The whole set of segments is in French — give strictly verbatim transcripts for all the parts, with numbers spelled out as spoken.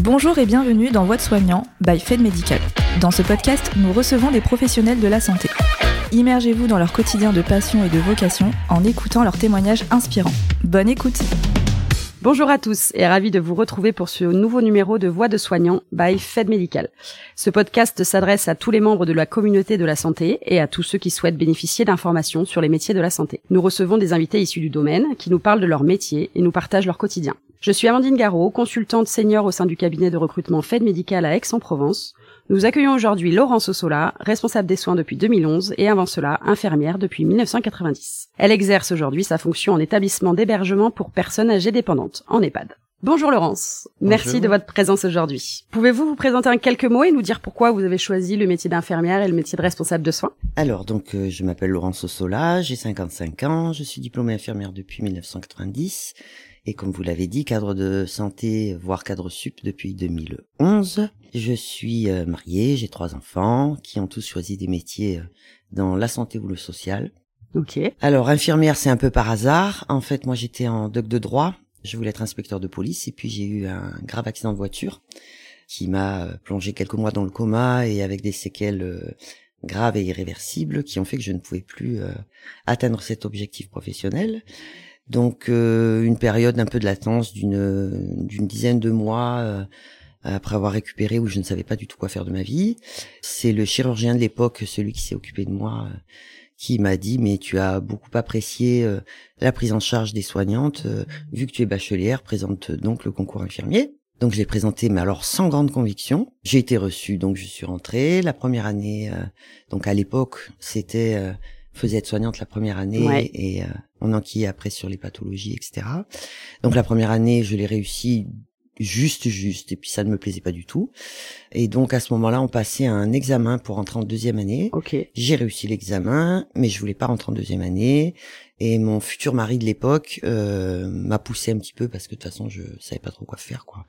Bonjour et bienvenue dans Voix de soignant by Fed Medical. Dans ce podcast, nous recevons des professionnels de la santé. Immergez-vous dans leur quotidien de passion et de vocation en écoutant leurs témoignages inspirants. Bonne écoute! Bonjour à tous et ravi de vous retrouver pour ce nouveau numéro de Voix de soignant by Fed Medical. Ce podcast s'adresse à tous les membres de la communauté de la santé et à tous ceux qui souhaitent bénéficier d'informations sur les métiers de la santé. Nous recevons des invités issus du domaine qui nous parlent de leur métier et nous partagent leur quotidien. Je suis Amandine Garot, consultante senior au sein du cabinet de recrutement Fed Medical à Aix-en-Provence. Nous accueillons aujourd'hui Laurence Ossola, responsable des soins depuis deux mille onze et avant cela infirmière depuis mille neuf cent quatre-vingt-dix. Elle exerce aujourd'hui sa fonction en établissement d'hébergement pour personnes âgées dépendantes, en EHPAD. Bonjour Laurence, Bonjour. Merci de votre présence aujourd'hui. Pouvez-vous vous présenter en quelques mots et nous dire pourquoi vous avez choisi le métier d'infirmière et le métier de responsable de soins? Alors donc euh, je m'appelle Laurence Ossola, j'ai cinquante-cinq ans, je suis diplômée infirmière depuis mille neuf cent quatre-vingt-dix. Et comme vous l'avez dit, cadre de santé, voire cadre sup depuis deux mille onze. Je suis euh, mariée, j'ai trois enfants qui ont tous choisi des métiers euh, dans la santé ou le social. Ok. Alors infirmière, c'est un peu par hasard. En fait, moi j'étais en doc de droit, je voulais être inspecteur de police et puis j'ai eu un grave accident de voiture qui m'a plongé quelques mois dans le coma et avec des séquelles euh, graves et irréversibles qui ont fait que je ne pouvais plus euh, atteindre cet objectif professionnel. Donc euh, une période un peu de latence d'une d'une dizaine de mois euh, après avoir récupéré où je ne savais pas du tout quoi faire de ma vie. C'est le chirurgien de l'époque, celui qui s'est occupé de moi, euh, qui m'a dit mais tu as beaucoup apprécié euh, la prise en charge des soignantes, euh, vu que tu es bachelière, présente donc le concours infirmier. Donc je l'ai présenté, mais alors sans grande conviction. J'ai été reçue, donc je suis rentrée. La première année, euh, donc à l'époque, c'était euh, faisait être soignante la première année ouais. et euh, on enquillait après sur les pathologies, et cetera. Donc la première année, je l'ai réussi juste, juste, et puis ça ne me plaisait pas du tout. Et donc à ce moment-là, on passait un examen pour rentrer en deuxième année. Okay. J'ai réussi l'examen, mais je voulais pas rentrer en deuxième année. Et mon futur mari de l'époque euh, m'a poussé un petit peu parce que de toute façon, je savais pas trop quoi faire, quoi.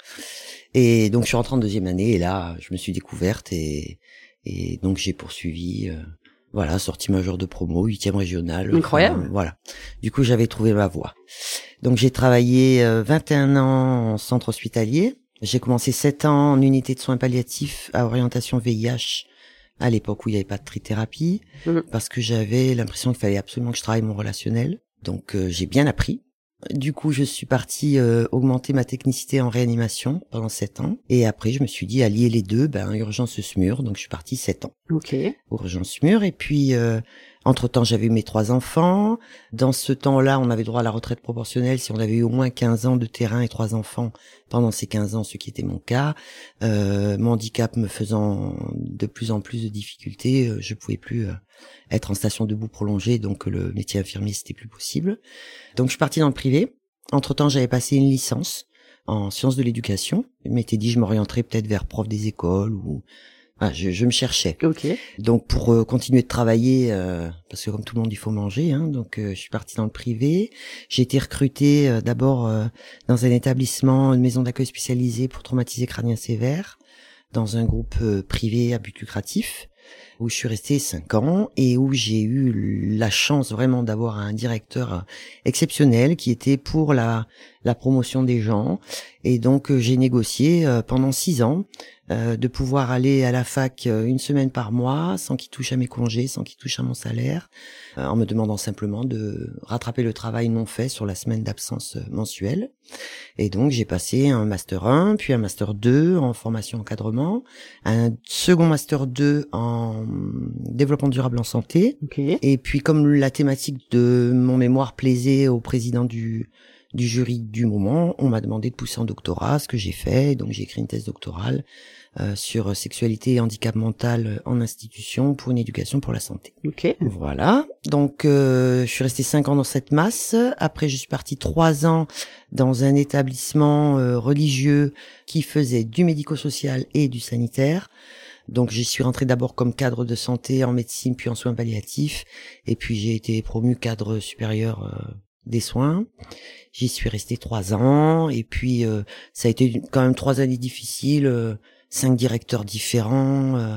Et donc je suis rentrée en deuxième année et là, je me suis découverte et, et donc j'ai poursuivi... Euh, Voilà, sortie majeure de promo, huitième régionale. Incroyable. Enfin, voilà. Du coup, j'avais trouvé ma voie. Donc, j'ai travaillé euh, vingt et un ans en centre hospitalier. J'ai commencé sept ans en unité de soins palliatifs à orientation V I H, à l'époque où il n'y avait pas de trithérapie, mmh. parce que j'avais l'impression qu'il fallait absolument que je travaille mon relationnel. Donc, euh, j'ai bien appris. Du coup, je suis partie euh, augmenter ma technicité en réanimation pendant sept ans. Et après, je me suis dit, allier les deux, ben, urgence S M U R. Donc, je suis partie sept ans. Ok. Urgence S M U R. Et puis, euh, entre-temps, j'avais eu mes trois enfants. Dans ce temps-là, on avait droit à la retraite proportionnelle si on avait eu au moins quinze ans de terrain et trois enfants pendant ces quinze ans, ce qui était mon cas. Euh, mon handicap me faisant de plus en plus de difficultés, euh, je pouvais plus... Euh, être en station debout prolongée, donc le métier infirmier c'était plus possible. Donc je suis partie dans le privé. Entre-temps, j'avais passé une licence en sciences de l'éducation. Je m'étais dit je m'orienterais peut-être vers prof des écoles ou voilà, je, je me cherchais. Okay. Donc pour euh, continuer de travailler, euh, parce que comme tout le monde il faut manger, hein, donc euh, je suis partie dans le privé. J'ai été recrutée euh, d'abord euh, dans un établissement, une maison d'accueil spécialisée pour traumatisés crâniens sévères, dans un groupe euh, privé à but lucratif, où je suis restée cinq ans et où j'ai eu la chance vraiment d'avoir un directeur exceptionnel qui était pour la la promotion des gens. Et donc euh, j'ai négocié euh, pendant six ans euh, de pouvoir aller à la fac euh, une semaine par mois sans qu'il touche à mes congés, sans qu'il touche à mon salaire, euh, en me demandant simplement de rattraper le travail non fait sur la semaine d'absence euh, mensuelle. Et donc j'ai passé un master un, puis un master deux en formation encadrement, un second master deux en développement durable en santé. Okay. Et puis comme la thématique de mon mémoire plaisait au président du du jury du moment, on m'a demandé de pousser en doctorat, ce que j'ai fait. Donc j'ai écrit une thèse doctorale euh, sur sexualité et handicap mental en institution pour une éducation pour la santé. Ok. Voilà. Donc euh, je suis restée cinq ans dans cette masse. Après je suis partie trois ans dans un établissement euh, religieux qui faisait du médico-social et du sanitaire. Donc j'y suis rentrée d'abord comme cadre de santé en médecine puis en soins palliatifs et puis j'ai été promue cadre supérieur euh, des soins. J'y suis restée trois ans et puis euh, ça a été quand même trois années difficiles, euh, cinq directeurs différents, euh,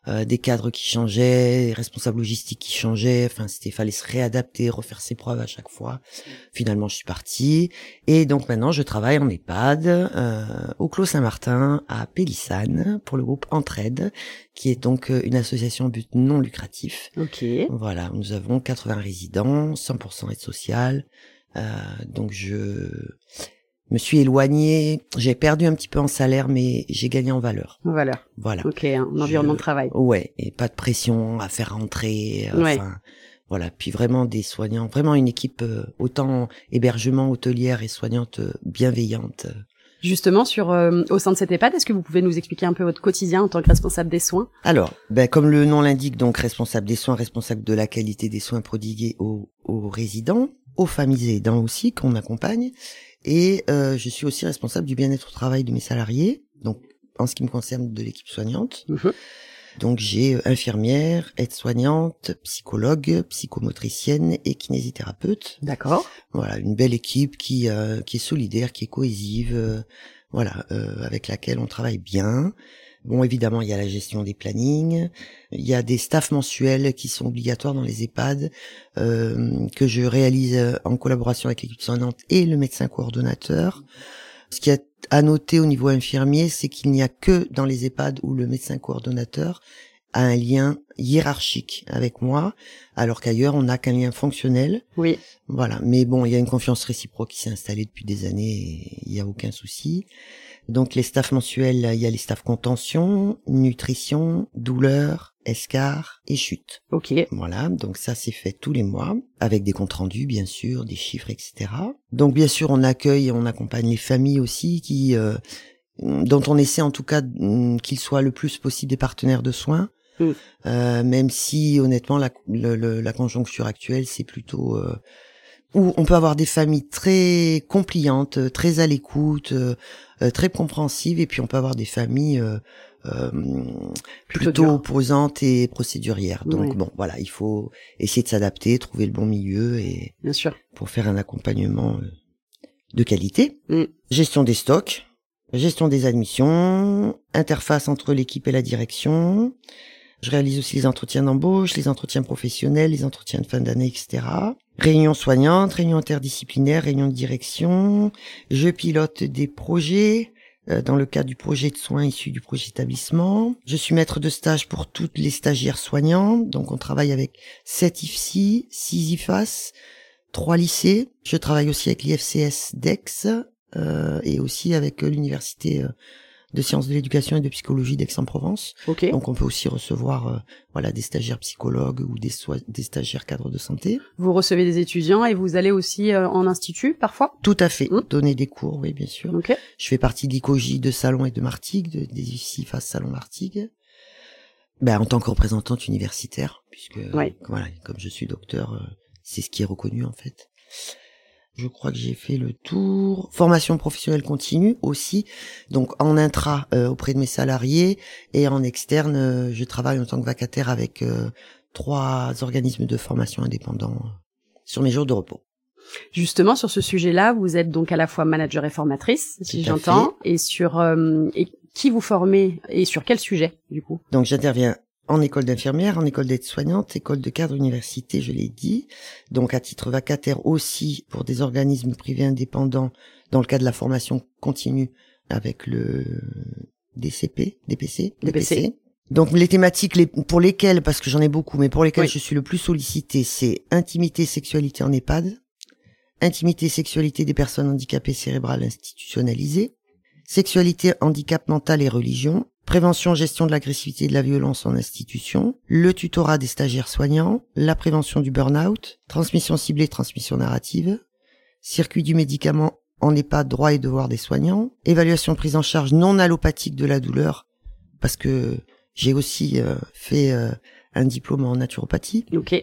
euh, des cadres qui changeaient, des responsables logistiques qui changeaient. Enfin, c'était fallait se réadapter, refaire ses preuves à chaque fois. Finalement, je suis partie et donc maintenant, je travaille en EHPAD euh, au Clos Saint-Martin à Pélissane pour le groupe Entraide, qui est donc une association à but non lucratif. Ok. Voilà, nous avons quatre-vingts résidents, cent pour cent aide sociale. Euh, donc je me suis éloignée, j'ai perdu un petit peu en salaire, mais j'ai gagné en valeur. En valeur. Voilà. Ok, un environnement je... de travail. Ouais, et pas de pression à faire rentrer. Ouais. Enfin, voilà. Puis vraiment des soignants, vraiment une équipe euh, autant hébergement, hôtelière et soignante euh, bienveillante. Justement, sur euh, au sein de cette EHPAD, est-ce que vous pouvez nous expliquer un peu votre quotidien en tant que responsable des soins? Alors, ben comme le nom l'indique, donc responsable des soins, responsable de la qualité des soins prodigués aux, aux résidents, aux familles aidants aussi qu'on accompagne, et euh, je suis aussi responsable du bien-être au travail de mes salariés. Donc, en ce qui me concerne, de l'équipe soignante. Mmh. Donc, j'ai infirmière, aide-soignante, psychologue, psychomotricienne et kinésithérapeute. D'accord. Voilà, une belle équipe qui euh, qui est solidaire, qui est cohésive, euh, voilà, euh, avec laquelle on travaille bien. Bon, évidemment, il y a la gestion des plannings, il y a des staffs mensuels qui sont obligatoires dans les EHPAD, euh, que je réalise en collaboration avec l'équipe soignante et le médecin coordonnateur. Ce qui est à noter au niveau infirmier, c'est qu'il n'y a que dans les EHPAD où le médecin coordonnateur a un lien hiérarchique avec moi, alors qu'ailleurs, on n'a qu'un lien fonctionnel. Oui. Voilà. Mais bon, il y a une confiance réciproque qui s'est installée depuis des années et il n'y a aucun souci. Donc, les staffs mensuels, il y a les staffs contention, nutrition, douleur, escar et chute. Ok. Voilà. Donc, ça, c'est fait tous les mois avec des comptes rendus, bien sûr, des chiffres, et cetera. Donc, bien sûr, on accueille et on accompagne les familles aussi qui, euh, dont on essaie en tout cas qu'ils soient le plus possible des partenaires de soins. Mm. Euh, même si honnêtement la, le, le, la conjoncture actuelle c'est plutôt euh, où on peut avoir des familles très compliantes, très à l'écoute, euh, très compréhensives, et puis on peut avoir des familles euh, euh, plutôt, plutôt opposantes et procédurières. Donc oui. Bon, voilà, il faut essayer de s'adapter, trouver le bon milieu et bien sûr pour faire un accompagnement euh, de qualité. Mm. Gestion des stocks, gestion des admissions, interface entre l'équipe et la direction. Je réalise aussi les entretiens d'embauche, les entretiens professionnels, les entretiens de fin d'année, et cetera. Réunions soignantes, réunions interdisciplinaires, réunions de direction. Je pilote des projets euh, dans le cadre du projet de soins issu du projet établissement. Je suis maître de stage pour toutes les stagiaires soignants. Donc on travaille avec sept I F S I, six I F A S, trois lycées. Je travaille aussi avec l'I F C S d'Aix euh, et aussi avec euh, l'université euh, de sciences de l'éducation et de psychologie d'Aix-en-Provence. Okay. Donc on peut aussi recevoir euh, voilà des stagiaires psychologues ou des so- des stagiaires cadres de santé. Vous recevez des étudiants et vous allez aussi euh, en institut parfois? Tout à fait, mmh. donner des cours, oui bien sûr. Okay. Je fais partie de l'I C O J de Salon et de Martigues, de, des I F S I Salon Martigues. Ben en tant que représentante universitaire, puisque ouais. voilà, comme je suis docteur, euh, c'est ce qui est reconnu en fait. Je crois que j'ai fait le tour. Formation professionnelle continue aussi. Donc en intra euh, auprès de mes salariés et en externe, euh, je travaille en tant que vacataire avec euh, trois organismes de formation indépendants euh, sur mes jours de repos. Justement, sur ce sujet-là, vous êtes donc à la fois manager et formatrice, si j'entends, et sur euh, et qui vous formez et sur quel sujet du coup? Donc j'interviens en école d'infirmière, en école d'aide-soignante, école de cadre, université, je l'ai dit. Donc à titre vacataire aussi pour des organismes privés indépendants dans le cadre de la formation continue avec le D C P, D P C, D P C. D P C. Donc les thématiques les, pour lesquelles, parce que j'en ai beaucoup, mais pour lesquelles oui. je suis le plus sollicité, c'est intimité, sexualité en EHPAD, intimité, sexualité des personnes handicapées cérébrales institutionnalisées, sexualité, handicap mental et religion, prévention, gestion de l'agressivité et de la violence en institution, le tutorat des stagiaires soignants, la prévention du burn-out, transmission ciblée, transmission narrative, circuit du médicament en EHPAD, droits et devoirs des soignants, évaluation prise en charge non allopathique de la douleur, parce que j'ai aussi euh, fait euh, un diplôme en naturopathie. Ok.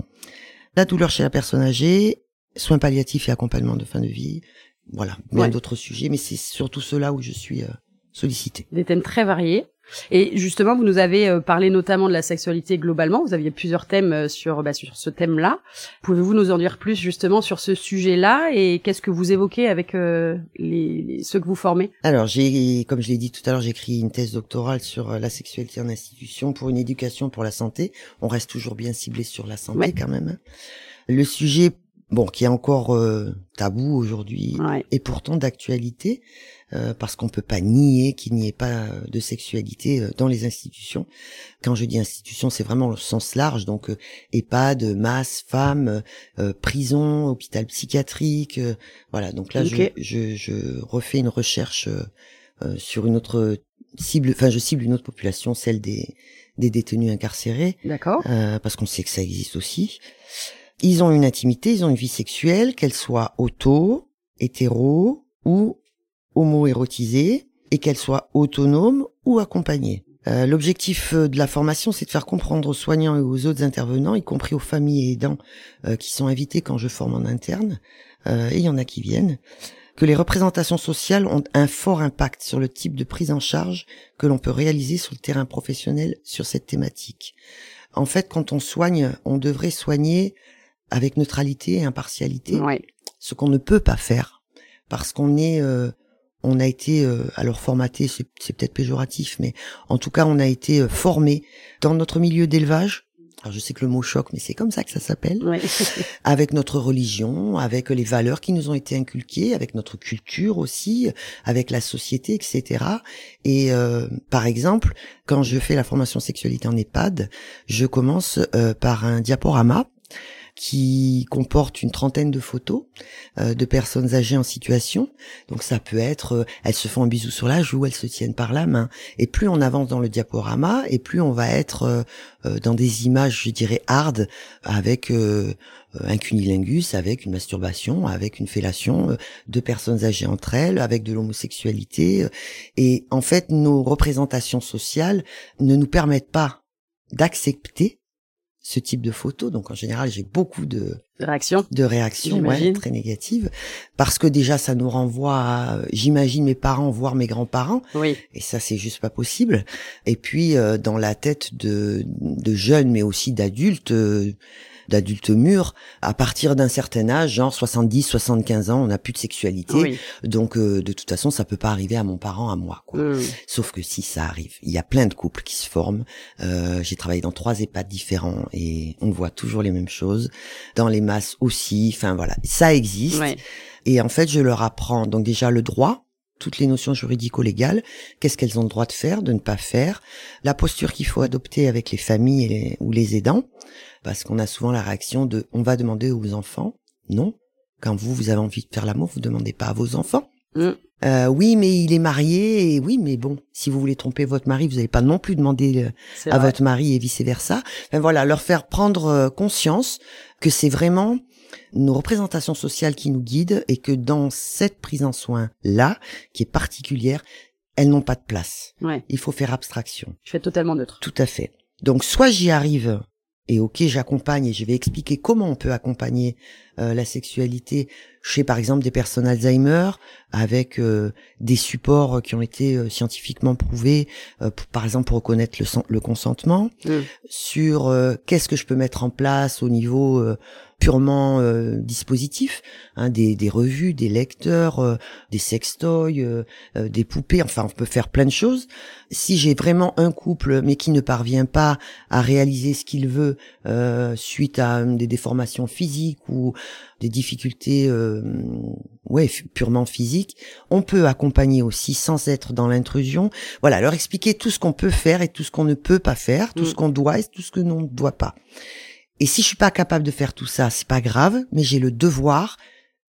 La douleur chez la personne âgée, soins palliatifs et accompagnement de fin de vie, voilà, bien ouais. d'autres sujets, mais c'est surtout ceux-là où je suis... Euh, sollicité. Des thèmes très variés. Et justement, vous nous avez euh, parlé notamment de la sexualité globalement. Vous aviez plusieurs thèmes euh, sur bah, sur ce thème-là. Pouvez-vous nous en dire plus justement sur ce sujet-là et qu'est-ce que vous évoquez avec euh, les, les ceux que vous formez? Alors, j'ai, comme je l'ai dit tout à l'heure, j'ai écrit une thèse doctorale sur euh, la sexualité en institution pour une éducation pour la santé. On reste toujours bien ciblé sur la santé, ouais. Quand même. Le sujet, bon, qui est encore euh, tabou aujourd'hui, ouais. Et pourtant d'actualité. Euh, parce qu'on peut pas nier qu'il n'y ait pas de sexualité euh, dans les institutions. Quand je dis institution, c'est vraiment le sens large, donc euh, EHPAD, masse, femmes, euh, prison, hôpital psychiatrique, euh, voilà. Donc là, okay. je, je, je refais une recherche euh, euh, sur une autre cible, enfin je cible une autre population, celle des des détenus incarcérés. D'accord. Euh, parce qu'on sait que ça existe aussi. Ils ont une intimité, ils ont une vie sexuelle, qu'elle soit auto, hétéro ou homo-érotisée, et qu'elle soit autonome ou accompagnée. Euh, l'objectif de la formation, c'est de faire comprendre aux soignants et aux autres intervenants, y compris aux familles et aidants euh, qui sont invités quand je forme en interne, euh, et il y en a qui viennent, que les représentations sociales ont un fort impact sur le type de prise en charge que l'on peut réaliser sur le terrain professionnel sur cette thématique. En fait, quand on soigne, on devrait soigner avec neutralité et impartialité, ouais. Ce qu'on ne peut pas faire, parce qu'on est... Euh, on a été, euh, alors formaté, c'est, c'est peut-être péjoratif, mais en tout cas, on a été euh, formé dans notre milieu d'élevage. Alors je sais que le mot choque, mais c'est comme ça que ça s'appelle. Ouais. Avec notre religion, avec les valeurs qui nous ont été inculquées, avec notre culture aussi, avec la société, et cetera. Et euh, par exemple, quand je fais la formation sexualité en EHPAD, je commence euh, par un diaporama qui comporte une trentaine de photos euh, de personnes âgées en situation. Donc ça peut être, euh, elles se font un bisou sur la joue, elles se tiennent par la main. Et plus on avance dans le diaporama, et plus on va être euh, euh, dans des images, je dirais, hard, avec euh, un cunilingus, avec une masturbation, avec une fellation euh, de personnes âgées entre elles, avec de l'homosexualité. Euh, et en fait, nos représentations sociales ne nous permettent pas d'accepter ce type de photos. Donc en général, j'ai beaucoup de réactions, de réactions ouais, très négatives, parce que déjà ça nous renvoie à, j'imagine mes parents voir mes grands-parents, oui. Et ça c'est juste pas possible. Et puis euh, dans la tête de de jeunes, mais aussi d'adultes, euh, d'adultes mûrs, à partir d'un certain âge, genre soixante-dix, soixante-quinze ans, on n'a plus de sexualité. Oui. Donc euh, de toute façon, ça peut pas arriver à mon parent, à moi, quoi. Mmh. Sauf que si ça arrive, il y a plein de couples qui se forment. Euh, j'ai travaillé dans trois EHPAD différents et on voit toujours les mêmes choses. Dans les masses aussi, enfin voilà, ça existe. Ouais. Et en fait, je leur apprends donc déjà le droit, toutes les notions juridico-légales, qu'est-ce qu'elles ont le droit de faire, de ne pas faire, la posture qu'il faut adopter avec les familles et les, ou les aidants, parce qu'on a souvent la réaction de « on va demander aux enfants ». Non, quand vous, vous avez envie de faire l'amour, vous demandez pas à vos enfants. Mmh. Euh, oui, mais il est marié, et oui, mais bon, si vous voulez tromper votre mari, vous n'allez pas non plus demander euh, à vrai. votre mari et vice-versa. Enfin voilà, leur faire prendre euh, conscience que c'est vraiment nos représentations sociales qui nous guident et que dans cette prise en soin-là, qui est particulière, elles n'ont pas de place. Ouais. Il faut faire abstraction. Je fais totalement neutre. Tout à fait. Donc soit j'y arrive, et ok, j'accompagne et je vais expliquer comment on peut accompagner euh, la sexualité chez, par exemple, des personnes Alzheimer, avec euh, des supports qui ont été euh, scientifiquement prouvés, euh, pour, par exemple pour reconnaître le, le consentement, mmh. sur euh, qu'est-ce que je peux mettre en place au niveau euh, purement euh, dispositif, hein, des, des revues, des lecteurs, euh, des sextoys, euh, euh, des poupées, enfin on peut faire plein de choses. Si j'ai vraiment un couple mais qui ne parvient pas à réaliser ce qu'il veut euh, suite à euh, des déformations physiques ou des difficultés euh, ouais purement physiques, on peut accompagner aussi sans être dans l'intrusion. Voilà, leur expliquer tout ce qu'on peut faire et tout ce qu'on ne peut pas faire, tout mmh. ce qu'on doit et tout ce que l'on ne doit pas. Et si je suis pas capable de faire tout ça, c'est pas grave, mais j'ai le devoir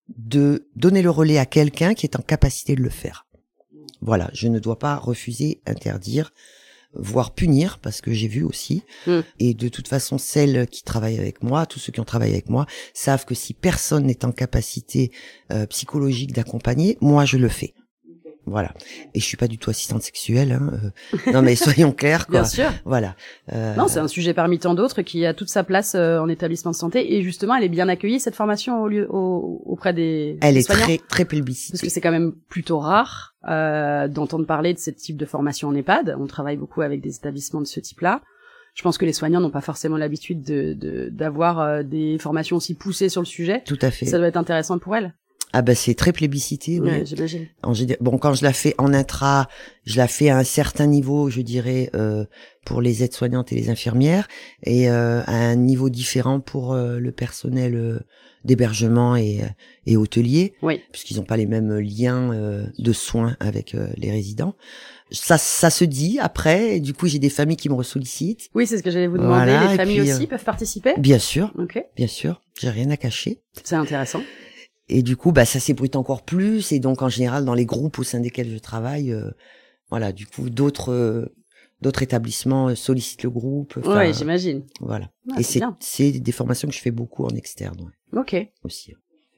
de donner le relais à quelqu'un qui est en capacité de le faire. Voilà, je ne dois pas refuser, interdire, voire punir, parce que j'ai vu aussi. Mm. Et de toute façon, celles qui travaillent avec moi, tous ceux qui ont travaillé avec moi, savent que si personne n'est en capacité euh, psychologique d'accompagner, moi je le fais. Voilà. Et je suis pas du tout assistante sexuelle. Hein. Euh, non, mais soyons clairs. Quoi. Bien sûr. Voilà. Euh... Non, c'est un sujet parmi tant d'autres qui a toute sa place euh, en établissement de santé. Et justement, elle est bien accueillie, cette formation, au lieu, au, auprès des Elle des est soignants. très, très plébiscitée. Parce que c'est quand même plutôt rare euh, d'entendre parler de ce type de formation en EHPAD. On travaille beaucoup avec des établissements de ce type-là. Je pense que les soignants n'ont pas forcément l'habitude de, de d'avoir euh, des formations aussi poussées sur le sujet. Tout à fait. Ça doit être intéressant pour elles. Ah bah c'est très plébiscité, oui. Ouais, j'imagine. En, bon, quand je la fais en intra, je la fais à un certain niveau, je dirais, euh, pour les aides-soignantes et les infirmières, et euh, à un niveau différent pour euh, le personnel euh, d'hébergement et, et hôtelier, oui. puisqu'ils n'ont pas les mêmes liens euh, de soins avec euh, les résidents. Ça, ça se dit après, et du coup j'ai des familles qui me ressollicitent. Oui, c'est ce que j'allais vous demander. Voilà, les familles puis, aussi euh, peuvent participer. Bien sûr, okay. bien sûr, j'ai rien à cacher. C'est intéressant. Et du coup, bah, ça s'ébruite encore plus. Et donc, en général, dans les groupes au sein desquels je travaille, euh, voilà, du coup, d'autres, euh, d'autres établissements sollicitent le groupe. Oui, j'imagine. Voilà. Ah, et c'est, c'est, c'est des formations que je fais beaucoup en externe. Ouais. Ok. Aussi.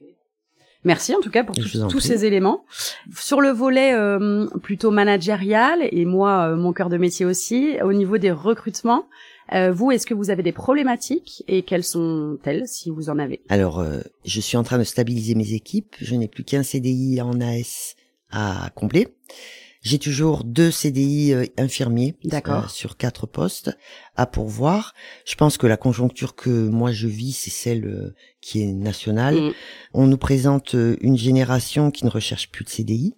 Merci en tout cas pour tout, tous prie. ces éléments. Sur le volet euh, plutôt managérial, et moi, euh, mon cœur de métier aussi, au niveau des recrutements, Euh, vous, est-ce que vous avez des problématiques et quelles sont-elles, si vous en avez? Alors, euh, je suis en train de stabiliser mes équipes. Je n'ai plus qu'un C D I en A S à combler. J'ai toujours deux C D I euh, infirmiers D'accord. Euh, sur quatre postes à pourvoir. Je pense que la conjoncture que moi je vis, c'est celle euh, qui est nationale. Mmh. On nous présente euh, une génération qui ne recherche plus de C D I,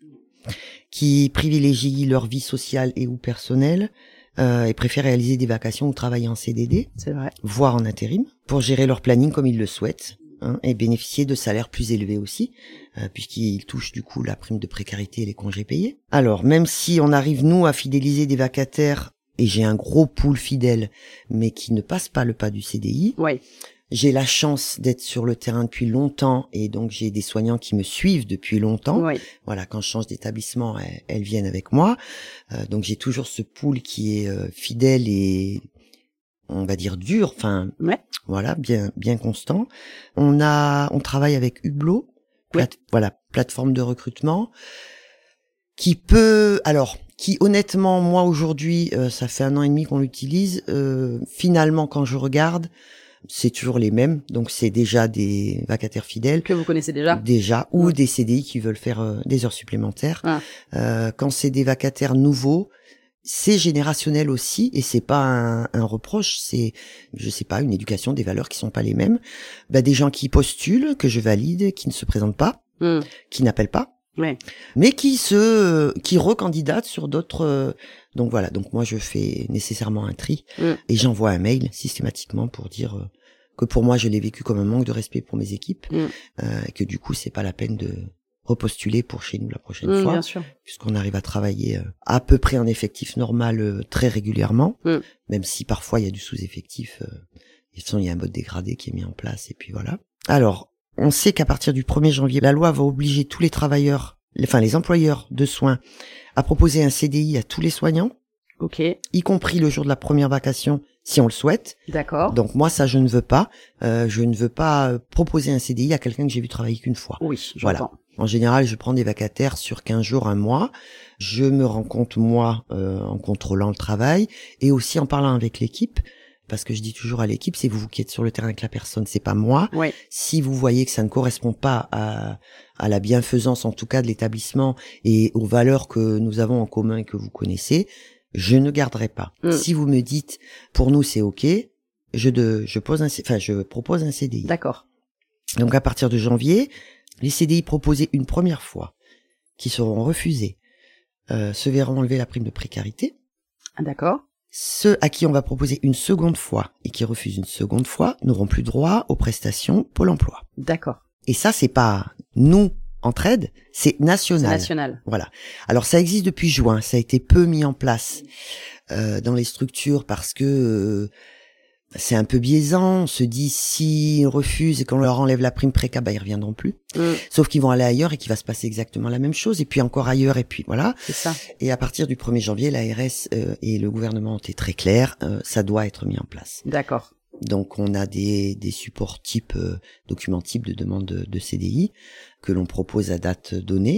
qui privilégie leur vie sociale et ou personnelle, Euh, et préfèrent réaliser des vacations ou travailler en C D D, c'est vrai, voire en intérim, pour gérer leur planning comme ils le souhaitent, hein, et bénéficier de salaires plus élevés aussi, euh, puisqu'ils touchent du coup la prime de précarité et les congés payés. Alors, même si on arrive, nous, à fidéliser des vacataires, et j'ai un gros pool fidèle, mais qui ne passe pas le pas du C D I, ouais. J'ai la chance d'être sur le terrain depuis longtemps, et donc j'ai des soignants qui me suivent depuis longtemps. Oui. Voilà, quand je change d'établissement, elles, elles viennent avec moi. Euh, donc j'ai toujours ce pool qui est euh, fidèle et, on va dire, dur. Enfin, ouais. Voilà, bien bien constant. On a, on travaille avec Hublot, plate, ouais. Voilà, plateforme de recrutement, qui peut, alors, qui honnêtement, moi aujourd'hui, euh, ça fait un an et demi qu'on l'utilise. Euh, finalement, quand je regarde, c'est toujours les mêmes, donc c'est déjà des vacataires fidèles que vous connaissez déjà, déjà, ou ouais. des C D I qui veulent faire euh, des heures supplémentaires. Ah. Euh, quand c'est des vacataires nouveaux, c'est générationnel aussi, et c'est pas un, un reproche, c'est, je sais pas, une éducation, des valeurs qui sont pas les mêmes. Bah, des gens qui postulent, que je valide, qui ne se présentent pas, mm. qui n'appellent pas, ouais. mais qui se, qui recandidatent sur d'autres. Euh, donc voilà, donc moi je fais nécessairement un tri mm. et j'envoie un mail systématiquement pour dire euh, que pour moi je l'ai vécu comme un manque de respect pour mes équipes, mm. euh, et que du coup c'est pas la peine de repostuler pour chez nous la prochaine mmh, fois, bien sûr. puisqu'on arrive à travailler euh, à peu près en effectif normal euh, très régulièrement, mmh. même si parfois il y a du sous-effectif, euh, de toute façon il y a un mode dégradé qui est mis en place, et puis voilà. Alors, on sait qu'à partir du premier janvier, la loi va obliger tous les travailleurs, enfin les employeurs de soins, à proposer un C D I à tous les soignants, ok, y compris le jour de la première vacation, si on le souhaite. D'accord. Donc moi, ça, je ne veux pas. Euh, je ne veux pas proposer un C D I à quelqu'un que j'ai vu travailler qu'une fois. Oui, voilà. J'entends. En général, je prends des vacataires sur quinze jours, un mois. Je me rends compte, moi, euh, en contrôlant le travail et aussi en parlant avec l'équipe. Parce que je dis toujours à l'équipe, c'est vous qui êtes sur le terrain avec la personne, c'est pas moi. Ouais. Si vous voyez que ça ne correspond pas à, à la bienfaisance, en tout cas, de l'établissement et aux valeurs que nous avons en commun et que vous connaissez, je ne garderai pas. Mm. Si vous me dites, pour nous c'est ok, je de, je pose un, enfin je propose un C D I. D'accord. Donc à partir de janvier, les C D I proposés une première fois, qui seront refusés, euh, se verront enlever la prime de précarité. Ah, d'accord. Ceux à qui on va proposer une seconde fois et qui refusent une seconde fois n'auront plus droit aux prestations Pôle emploi. D'accord. Et ça, c'est pas nous entraide, c'est national. C'est national. Voilà. Alors ça existe depuis juin, ça a été peu mis en place euh, dans les structures parce que euh, c'est un peu biaisant. On se dit s'ils refusent et qu'on leur enlève la prime préca, bah ils reviendront plus. Mm. Sauf qu'ils vont aller ailleurs et qu'il va se passer exactement la même chose, et puis encore ailleurs, et puis voilà. C'est ça. Et à partir du premier janvier, l'A R S euh, et le gouvernement ont été très clairs, euh, ça doit être mis en place. D'accord. Donc on a des, des supports type, euh, documents type de demande de, de C D I que l'on propose à date donnée.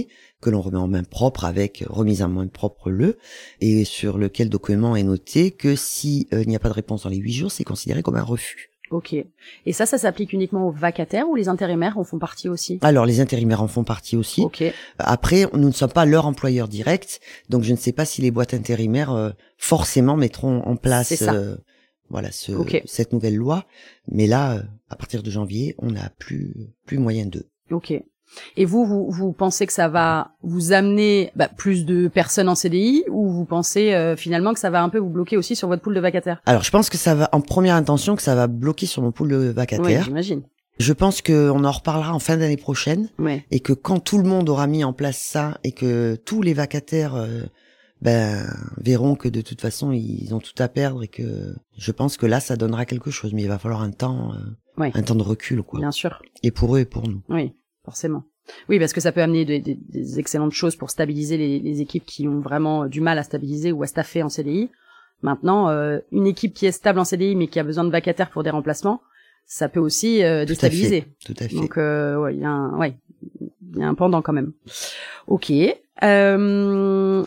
que l'on remet en main propre avec remise en main propre le, et sur lequel document est noté que si euh, il n'y a pas de réponse dans les huit jours, c'est considéré comme un refus. Ok. Et ça, ça s'applique uniquement aux vacataires ou les intérimaires en font partie aussi? Alors, les intérimaires en font partie aussi. Ok. Après, nous ne sommes pas leur employeur direct, donc je ne sais pas si les boîtes intérimaires euh, forcément mettront en place euh, voilà ce, okay. cette nouvelle loi. Mais là, euh, à partir de janvier, on n'a plus plus moyen d'eux. Ok. Et vous, vous, vous pensez que ça va vous amener bah, plus de personnes en C D I, ou vous pensez euh, finalement que ça va un peu vous bloquer aussi sur votre pool de vacataires? Alors, je pense que ça va, en première intention, que ça va bloquer sur mon pool de vacataires. Oui, j'imagine. Je pense qu'on en reparlera en fin d'année prochaine, ouais. et que quand tout le monde aura mis en place ça, et que tous les vacataires euh, ben verront que de toute façon ils ont tout à perdre, et que je pense que là ça donnera quelque chose, mais il va falloir un temps, euh, ouais. un temps de recul, quoi. Bien sûr. Et pour eux et pour nous. Oui. Forcément. Oui, parce que ça peut amener des, des, des excellentes choses pour stabiliser les, les équipes qui ont vraiment du mal à stabiliser ou à staffer en C D I. Maintenant, euh, une équipe qui est stable en C D I mais qui a besoin de vacataires pour des remplacements, ça peut aussi euh, déstabiliser. Tout à fait. Tout à fait. Donc, euh, ouais, il y a un, ouais, il y a un pendant quand même. Ok. Euh,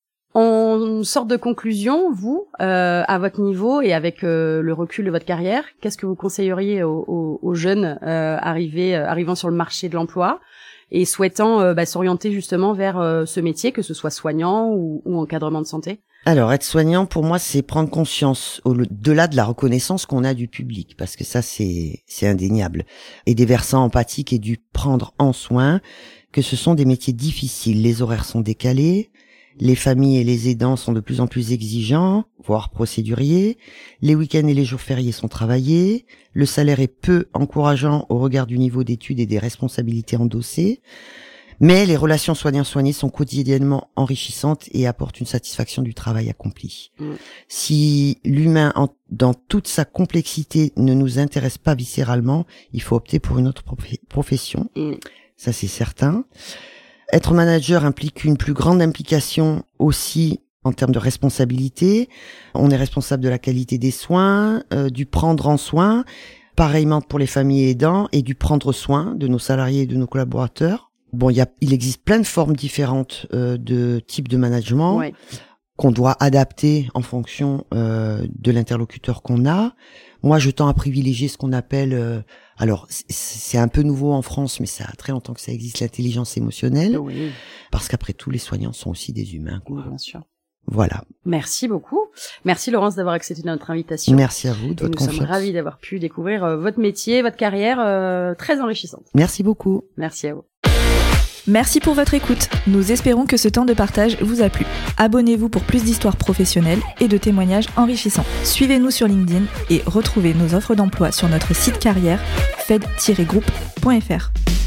en sorte de conclusion, vous, euh, à votre niveau et avec euh, le recul de votre carrière, qu'est-ce que vous conseilleriez aux, aux, aux jeunes euh, arrivés, euh, arrivant sur le marché de l'emploi et souhaitant euh, bah, s'orienter justement vers euh, ce métier, que ce soit soignant ou, ou encadrement de santé? Alors, être soignant, pour moi, c'est prendre conscience au-delà de la reconnaissance qu'on a du public, parce que ça, c'est c'est indéniable, et des versants empathiques et du prendre en soin, que ce sont des métiers difficiles. Les horaires sont décalés, les familles et les aidants sont de plus en plus exigeants, voire procéduriers, les week-ends et les jours fériés sont travaillés, le salaire est peu encourageant au regard du niveau d'études et des responsabilités endossées, mais les relations soignants-soignés sont quotidiennement enrichissantes et apportent une satisfaction du travail accompli. Mmh. Si l'humain, en, dans toute sa complexité, ne nous intéresse pas viscéralement, il faut opter pour une autre prof- profession. Mmh. Ça, c'est certain. Être manager implique une plus grande implication aussi en termes de responsabilité. On est responsable de la qualité des soins, euh, du prendre en soin, pareillement pour les familles aidants, et du prendre soin de nos salariés et de nos collaborateurs. Bon, il y a, il existe plein de formes différentes euh, de types de management, ouais, qu'on doit adapter en fonction euh, de l'interlocuteur qu'on a. Moi, je tends à privilégier ce qu'on appelle, euh, alors c'est, c'est un peu nouveau en France, mais ça a très longtemps que ça existe, l'intelligence émotionnelle, oui, parce qu'après tout, les soignants sont aussi des humains, quoi. Oui, bien sûr. Voilà. Merci beaucoup. Merci Laurence d'avoir accepté notre invitation. Merci à vous de votre nous confiance. Nous sommes ravis d'avoir pu découvrir euh, votre métier, votre carrière euh, très enrichissante. Merci beaucoup. Merci à vous. Merci pour votre écoute. Nous espérons que ce temps de partage vous a plu. Abonnez-vous pour plus d'histoires professionnelles et de témoignages enrichissants. Suivez-nous sur LinkedIn et retrouvez nos offres d'emploi sur notre site carrière fed tiret groupe point f r.